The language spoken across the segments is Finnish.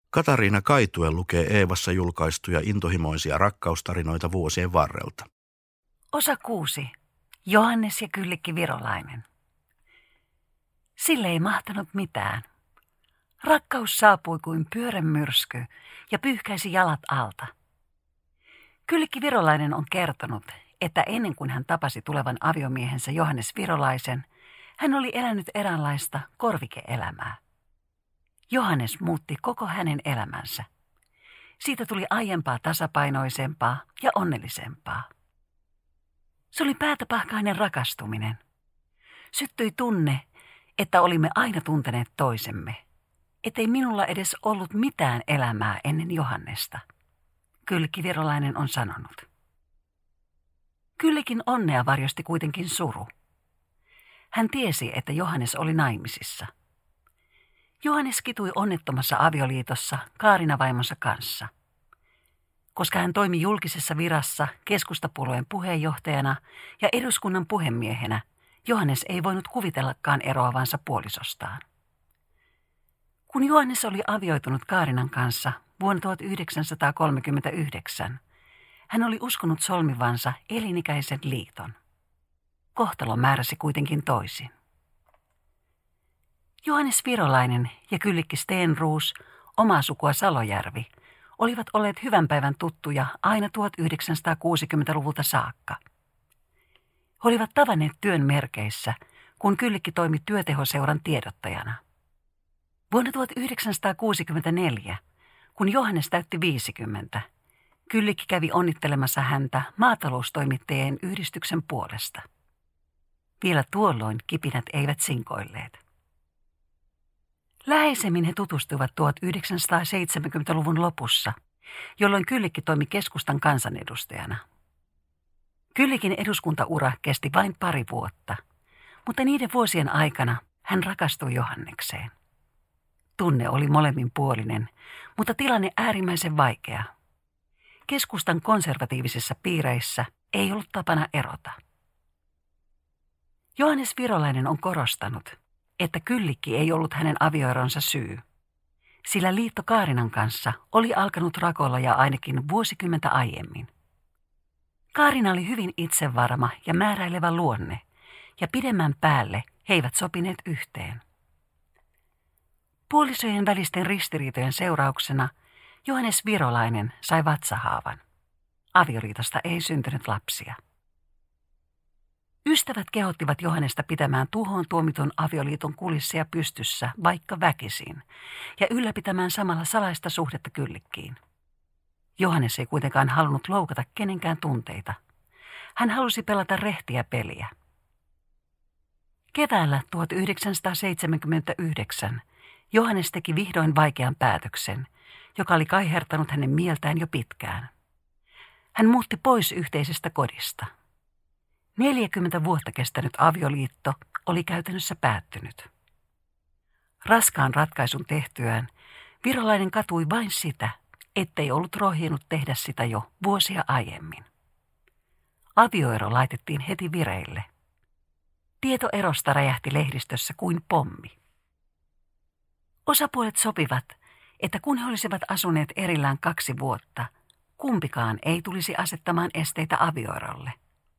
Katariina Kaitue lukee Eevassa julkaistuja intohimoisia rakkaustarinoita vuosien varrelta. Osa 6. Johannes ja Kyllikki Virolainen. Sille ei mahtanut mitään. Rakkaus saapui kuin pyörremyrsky ja pyyhkäisi jalat alta. Kyllikki Virolainen on kertonut, että ennen kuin hän tapasi tulevan aviomiehensä Johannes Virolaisen, hän oli elänyt eräänlaista korvike-elämää. Johannes muutti koko hänen elämänsä. Siitä tuli aiempaa tasapainoisempaa ja onnellisempaa. Se oli päätäpahkainen rakastuminen. Syttyi tunne, että olimme aina tunteneet toisemme, ettei minulla edes ollut mitään elämää ennen Johannesta, Kyllikki Virolainen on sanonut. Kyllikin onnea varjosti kuitenkin suru. Hän tiesi, että Johannes oli naimisissa. Johannes kitui onnettomassa avioliitossa Kaarina-vaimonsa kanssa. Koska hän toimi julkisessa virassa keskustapuolueen puheenjohtajana ja eduskunnan puhemiehenä, Johannes ei voinut kuvitellakaan eroavansa puolisostaan. Kun Johannes oli avioitunut Kaarinan kanssa vuonna 1939, hän oli uskonut solmivansa elinikäisen liiton. Kohtalo määräsi kuitenkin toisin. Johannes Virolainen ja Kyllikki Stenroos, omaa sukua Salojärvi, olivat olleet hyvän päivän tuttuja aina 1960-luvulta saakka. He olivat tavanneet työn merkeissä, kun Kyllikki toimi työtehoseuran tiedottajana. Vuonna 1964, kun Johannes täytti 50, Kyllikki kävi onnittelemassa häntä maataloustoimittajien yhdistyksen puolesta. Vielä tuolloin kipinät eivät sinkoilleet. Läheisemmin he tutustuivat 1970-luvun lopussa, jolloin Kyllikki toimi keskustan kansanedustajana. Kyllikin eduskuntaura kesti vain 2 vuotta, mutta niiden vuosien aikana hän rakastui Johannekseen. Tunne oli molemminpuolinen, mutta tilanne äärimmäisen vaikea. Keskustan konservatiivisissa piireissä ei ollut tapana erota. Johannes Virolainen on korostanut, että Kyllikki ei ollut hänen avioeronsa syy, sillä liitto Kaarinan kanssa oli alkanut rakoilla ja ainakin vuosikymmentä aiemmin. Kaarina oli hyvin itsevarma ja määräilevä luonne, ja pidemmän päälle he eivät sopineet yhteen. Puolisojen välisten ristiriitojen seurauksena Johannes Virolainen sai vatsahaavan. Avioliitosta ei syntynyt lapsia. Ystävät kehottivat Johannesta pitämään tuhoon tuomitun avioliiton kulisseja pystyssä vaikka väkisin ja ylläpitämään samalla salaista suhdetta Kyllikkiin. Johannes ei kuitenkaan halunnut loukata kenenkään tunteita. Hän halusi pelata rehtiä peliä. Keväällä 1979 Johannes teki vihdoin vaikean päätöksen, joka oli kaihertanut hänen mieltään jo pitkään. Hän muutti pois yhteisestä kodista. 40 vuotta kestänyt avioliitto oli käytännössä päättynyt. Raskaan ratkaisun tehtyään Virolainen katui vain sitä, ettei ollut rohjennut tehdä sitä jo vuosia aiemmin. Avioero laitettiin heti vireille. Tieto erosta räjähti lehdistössä kuin pommi. Osapuolet sopivat, että kun he olisivat asuneet erillään 2 vuotta, kumpikaan ei tulisi asettamaan esteitä avioerolle.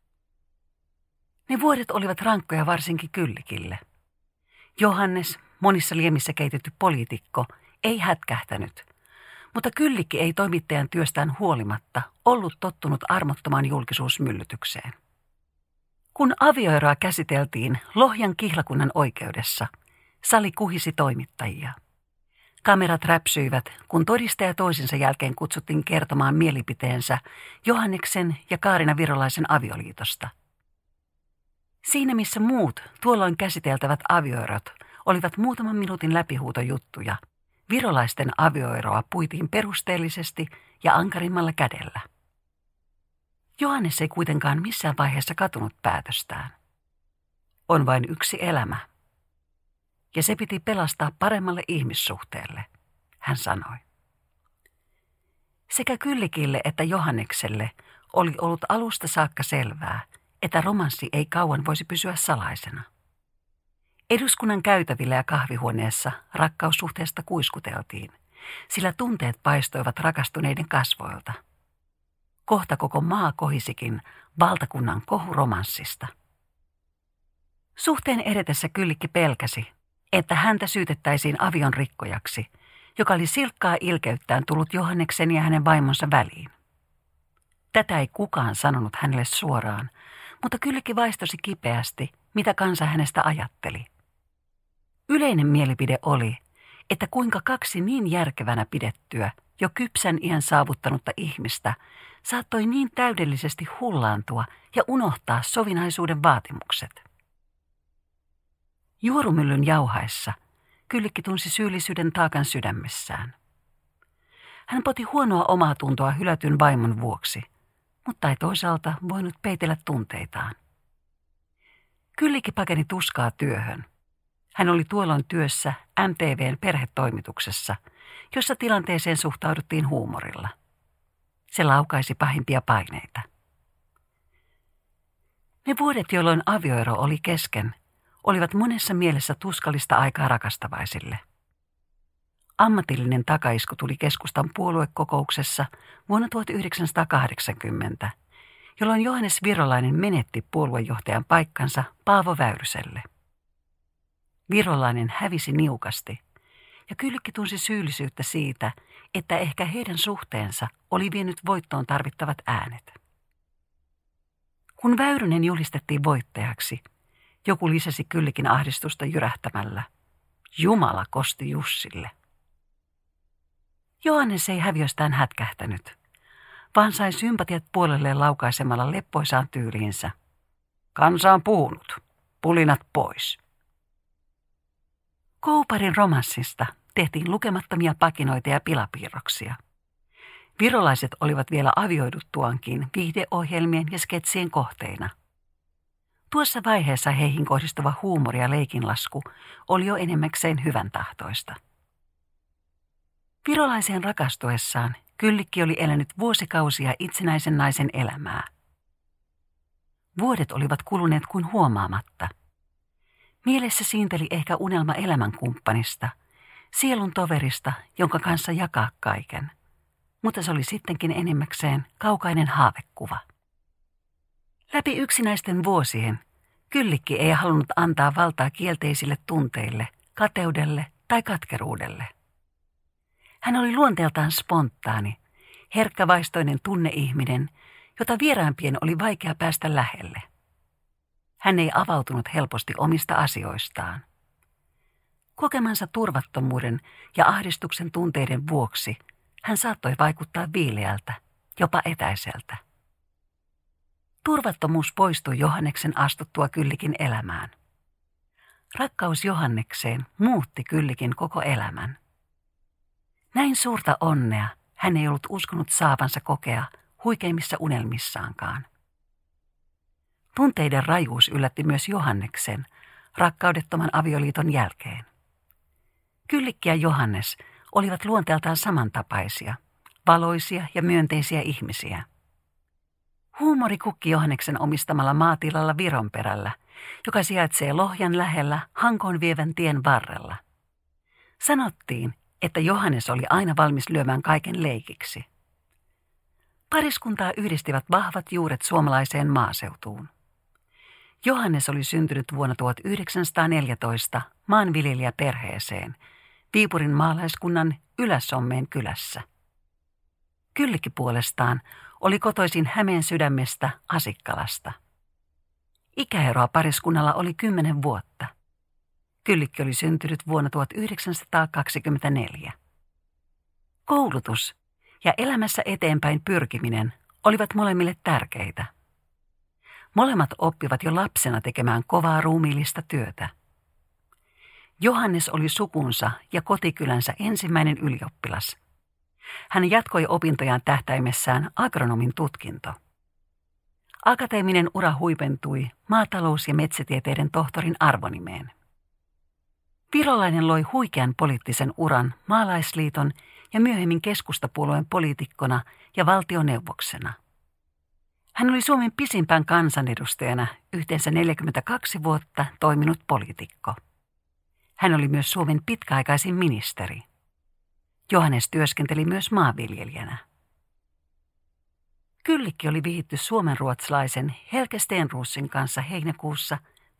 Ne vuodet olivat rankkoja varsinkin Kyllikille. Johannes, monissa liemissä keitetty poliitikko, ei hätkähtänyt, mutta Kyllikki ei toimittajan työstään huolimatta ollut tottunut armottomaan julkisuusmyllytykseen. Kun avioeroa käsiteltiin Lohjan kihlakunnan oikeudessa, sali kuhisi toimittajia. Kamerat räpsyivät, kun todistaja toisensa jälkeen kutsuttiin kertomaan mielipiteensä Johanneksen ja Kaarina Virolaisen avioliitosta. Siinä missä muut tuolloin käsiteltävät avioerot olivat muutaman minuutin läpihuutojuttuja, Virolaisten avioeroa puitiin perusteellisesti ja ankarimmalla kädellä. Johannes ei kuitenkaan missään vaiheessa katunut päätöstään. On vain yksi elämä. Ja se piti pelastaa paremmalle ihmissuhteelle, hän sanoi. Sekä Kyllikille että Johannekselle oli ollut alusta saakka selvää, että romanssi ei kauan voisi pysyä salaisena. Eduskunnan käytävillä ja kahvihuoneessa rakkaussuhteesta kuiskuteltiin, sillä tunteet paistoivat rakastuneiden kasvoilta. Kohta koko maa kohisikin valtakunnan kohuromanssista. Suhteen edetessä Kyllikki pelkäsi, että häntä syytettäisiin avion rikkojaksi, joka oli silkkaa ilkeyttään tullut Johanneksen ja hänen vaimonsa väliin. Tätä ei kukaan sanonut hänelle suoraan, mutta Kyllikki vaistosi kipeästi, mitä kansa hänestä ajatteli. Yleinen mielipide oli, että kuinka kaksi niin järkevänä pidettyä, jo kypsän iän saavuttanutta ihmistä saattoi niin täydellisesti hullaantua ja unohtaa sovinaisuuden vaatimukset. Juorumyllyn jauhaessa Kyllikki tunsi syyllisyyden taakan sydämessään. Hän poti huonoa omaa tuntoa hylätyn vaimon vuoksi, mutta ei toisaalta voinut peitellä tunteitaan. Kyllikki pakeni tuskaa työhön. Hän oli tuolloin työssä MTV:n perhetoimituksessa, jossa tilanteeseen suhtauduttiin huumorilla. Se laukaisi pahimpia paineita. Ne vuodet, jolloin avioero oli kesken, olivat monessa mielessä tuskallista aikaa rakastavaisille. Ammatillinen takaisku tuli keskustan puoluekokouksessa vuonna 1980, jolloin Johannes Virolainen menetti puoluejohtajan paikkansa Paavo Väyryselle. Virolainen hävisi niukasti, ja Kyllikki tunsi syyllisyyttä siitä, että ehkä heidän suhteensa oli vienyt voittoon tarvittavat äänet. Kun Väyrynen julistettiin voittajaksi, joku lisäsi Kyllikin ahdistusta jyrähtämällä: Jumala kosti Jussille. Johannes ei häviöstään hätkähtänyt, vaan sai sympatiat puolelleen laukaisemalla leppoisaan tyyliinsä: Kansa on puhunut, pulinat pois. Kouparin romanssista tehtiin lukemattomia pakinoita ja pilapiirroksia. Virolaiset olivat vielä avioiduttuankin viihdeohjelmien ja sketsien kohteina. Tuossa vaiheessa heihin kohdistuva huumori ja leikinlasku oli jo enemmäkseen hyvän tahtoista. Virolaiseen rakastuessaan Kyllikki oli elänyt vuosikausia itsenäisen naisen elämää. Vuodet olivat kuluneet kuin huomaamatta. Mielessä siinteli ehkä unelma elämänkumppanista, sielun toverista, jonka kanssa jakaa kaiken, mutta se oli sittenkin enimmäkseen kaukainen haavekuva. Läpi yksinäisten vuosien Kyllikki ei halunnut antaa valtaa kielteisille tunteille, kateudelle tai katkeruudelle. Hän oli luonteeltaan spontaani, herkkävaistoinen tunneihminen, jota vieraampien oli vaikea päästä lähelle. Hän ei avautunut helposti omista asioistaan. Kokemansa turvattomuuden ja ahdistuksen tunteiden vuoksi hän saattoi vaikuttaa viileältä, jopa etäiseltä. Turvattomuus poistui Johanneksen astuttua Kyllikin elämään. Rakkaus Johannekseen muutti Kyllikin koko elämän. Näin suurta onnea hän ei ollut uskonut saavansa kokea huikeimmissa unelmissaankaan. Tunteiden rajuus yllätti myös Johanneksen rakkaudettoman avioliiton jälkeen. Kyllikki ja Johannes olivat luonteeltaan samantapaisia, valoisia ja myönteisiä ihmisiä. Huumori kukki Johanneksen omistamalla maatilalla Vironperällä, joka sijaitsee Lohjan lähellä Hankoon vievän tien varrella. Sanottiin, että Johannes oli aina valmis lyömään kaiken leikiksi. Pariskuntaa yhdistivät vahvat juuret suomalaiseen maaseutuun. Johannes oli syntynyt vuonna 1914 maanviljelijäperheeseen Viipurin maalaiskunnan Ylä-Sommeen kylässä. Kyllikki puolestaan oli kotoisin Hämeen sydämestä Asikkalasta. Ikäeroa pariskunnalla oli 10 vuotta. Kyllikki oli syntynyt vuonna 1924. Koulutus ja elämässä eteenpäin pyrkiminen olivat molemmille tärkeitä. Molemmat oppivat jo lapsena tekemään kovaa ruumiillista työtä. Johannes oli sukunsa ja kotikylänsä ensimmäinen ylioppilas. Hän jatkoi opintojaan tähtäimessään agronomin tutkinto. Akateeminen ura huipentui maatalous- ja metsätieteiden tohtorin arvonimeen. Virolainen loi huikean poliittisen uran Maalaisliiton ja myöhemmin keskustapuolueen poliitikkona ja valtioneuvoksena. Hän oli Suomen pisimpään kansanedustajana yhteensä 42 vuotta toiminut poliitikko. Hän oli myös Suomen pitkäaikaisin ministeri. Johannes työskenteli myös maanviljelijänä. Kyllikki oli vihitty suomenruotsalaisen Helge Stenrosin kanssa heinäkuussa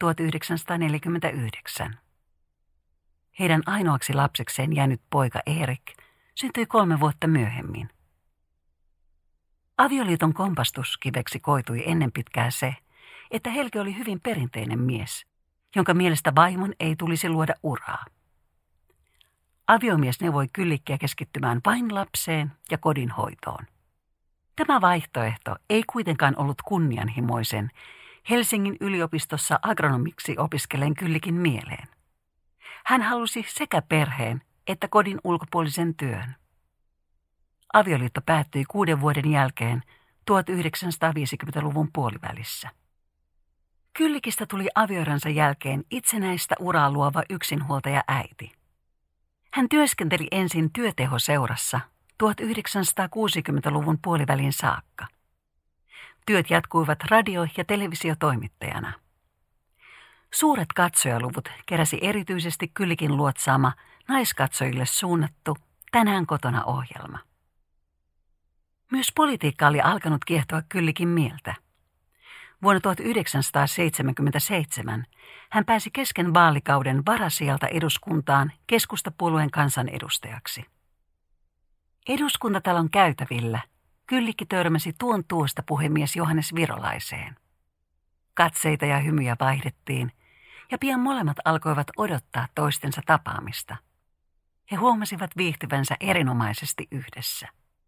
1949. Heidän ainoaksi lapsekseen jäänyt poika Erik syntyi 3 vuotta myöhemmin. Avioliiton kompastuskiveksi koitui ennen pitkää se, että Helge oli hyvin perinteinen mies, jonka mielestä vaimon ei tulisi luoda uraa. Aviomies neuvoi Kyllikkiä keskittymään vain lapseen ja kodin hoitoon. Tämä vaihtoehto ei kuitenkaan ollut kunnianhimoisen Helsingin yliopistossa agronomiksi opiskelleen Kyllikin mieleen. Hän halusi sekä perheen että kodin ulkopuolisen työn. Avioliitto päättyi 6 vuoden jälkeen 1950-luvun puolivälissä. Kyllikistä tuli avioeronsa jälkeen itsenäistä uraa luova yksinhuoltaja äiti. Hän työskenteli ensin työtehoseurassa 1960-luvun puolivälin saakka. Työt jatkuivat radio- ja televisiotoimittajana. Suuret katsojaluvut keräsi erityisesti Kyllikin luotsaama naiskatsojille suunnattu Tänään kotona -ohjelma. Myös politiikka oli alkanut kiehtoa Kyllikin mieltä. Vuonna 1977 hän pääsi kesken vaalikauden varasijalta eduskuntaan keskustapuolueen kansanedustajaksi. Eduskuntatalon käytävillä Kyllikki törmäsi tuon tuosta puhemies Johannes Virolaiseen. Katseita ja hymyjä vaihdettiin, ja pian molemmat alkoivat odottaa toistensa tapaamista. He huomasivat viihtyvänsä erinomaisesti yhdessä.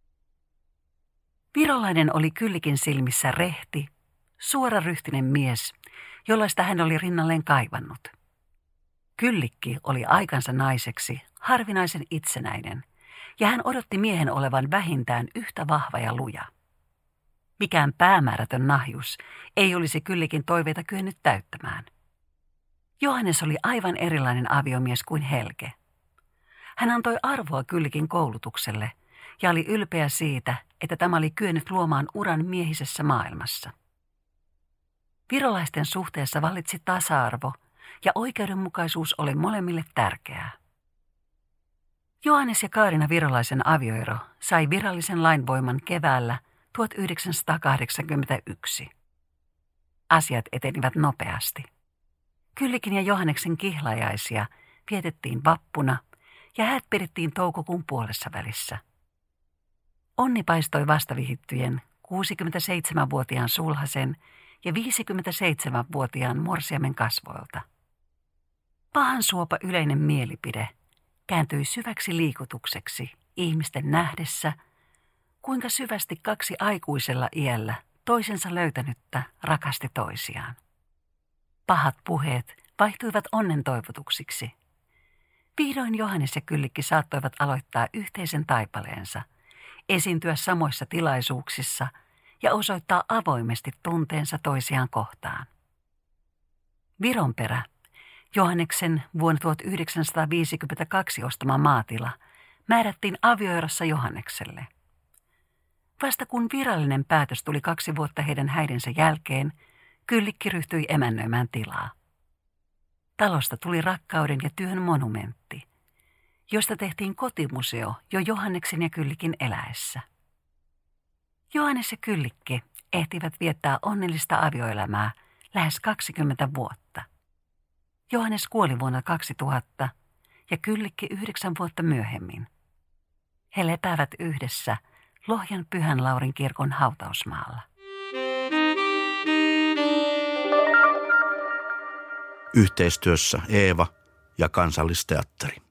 Virolainen oli Kyllikin silmissä rehti, suoraryhtinen mies, jollaista hän oli rinnalleen kaivannut. Kyllikki oli aikansa naiseksi harvinaisen itsenäinen, ja hän odotti miehen olevan vähintään yhtä vahva ja luja. Mikään päämäärätön nahjus ei olisi Kyllikin toiveita kyennyt täyttämään. Johannes oli aivan erilainen aviomies kuin Helge. Hän antoi arvoa Kyllikin koulutukselle ja oli ylpeä siitä, että tämä oli kyennyt luomaan uran miehisessä maailmassa. Virolaisten suhteessa vallitsi tasa-arvo ja oikeudenmukaisuus oli molemmille tärkeää. Johannes ja Kaarina Virolaisen avioero sai virallisen lainvoiman keväällä 1981. Asiat etenivät nopeasti. Kyllikin ja Johanneksen kihlajaisia vietettiin vappuna ja häät pidettiin toukokuun puolessavälissä. Onni paistoi vastavihittyjen 67-vuotiaan sulhasen ja 57-vuotiaan morsiamen kasvoilta. Pahansuopa yleinen mielipide kääntyi syväksi liikutukseksi ihmisten nähdessä, kuinka syvästi 2 aikuisella iällä toisensa löytänyttä rakasti toisiaan. Pahat puheet vaihtuivat onnen toivotuksiksi. Vihdoin Johannes ja Kyllikki saattoivat aloittaa yhteisen taipaleensa, esiintyä samoissa tilaisuuksissa ja osoittaa avoimesti tunteensa toisiaan kohtaan. Vironperä, Johanneksen vuonna 1952 ostama maatila, määrättiin avioerossa Johannekselle. Vasta kun virallinen päätös tuli 2 vuotta heidän häidensä jälkeen, Kyllikki ryhtyi emännöimään tilaa. Talosta tuli rakkauden ja työn monumentti, josta tehtiin kotimuseo jo Johanneksen ja Kyllikin eläessä. Johannes ja Kyllikki ehtivät viettää onnellista avioelämää lähes 20 vuotta. Johannes kuoli vuonna 2000 ja Kyllikki 9 vuotta myöhemmin. He lepäävät yhdessä Lohjan Pyhän Laurin kirkon hautausmaalla. Yhteistyössä Eeva ja Kansallisteatteri.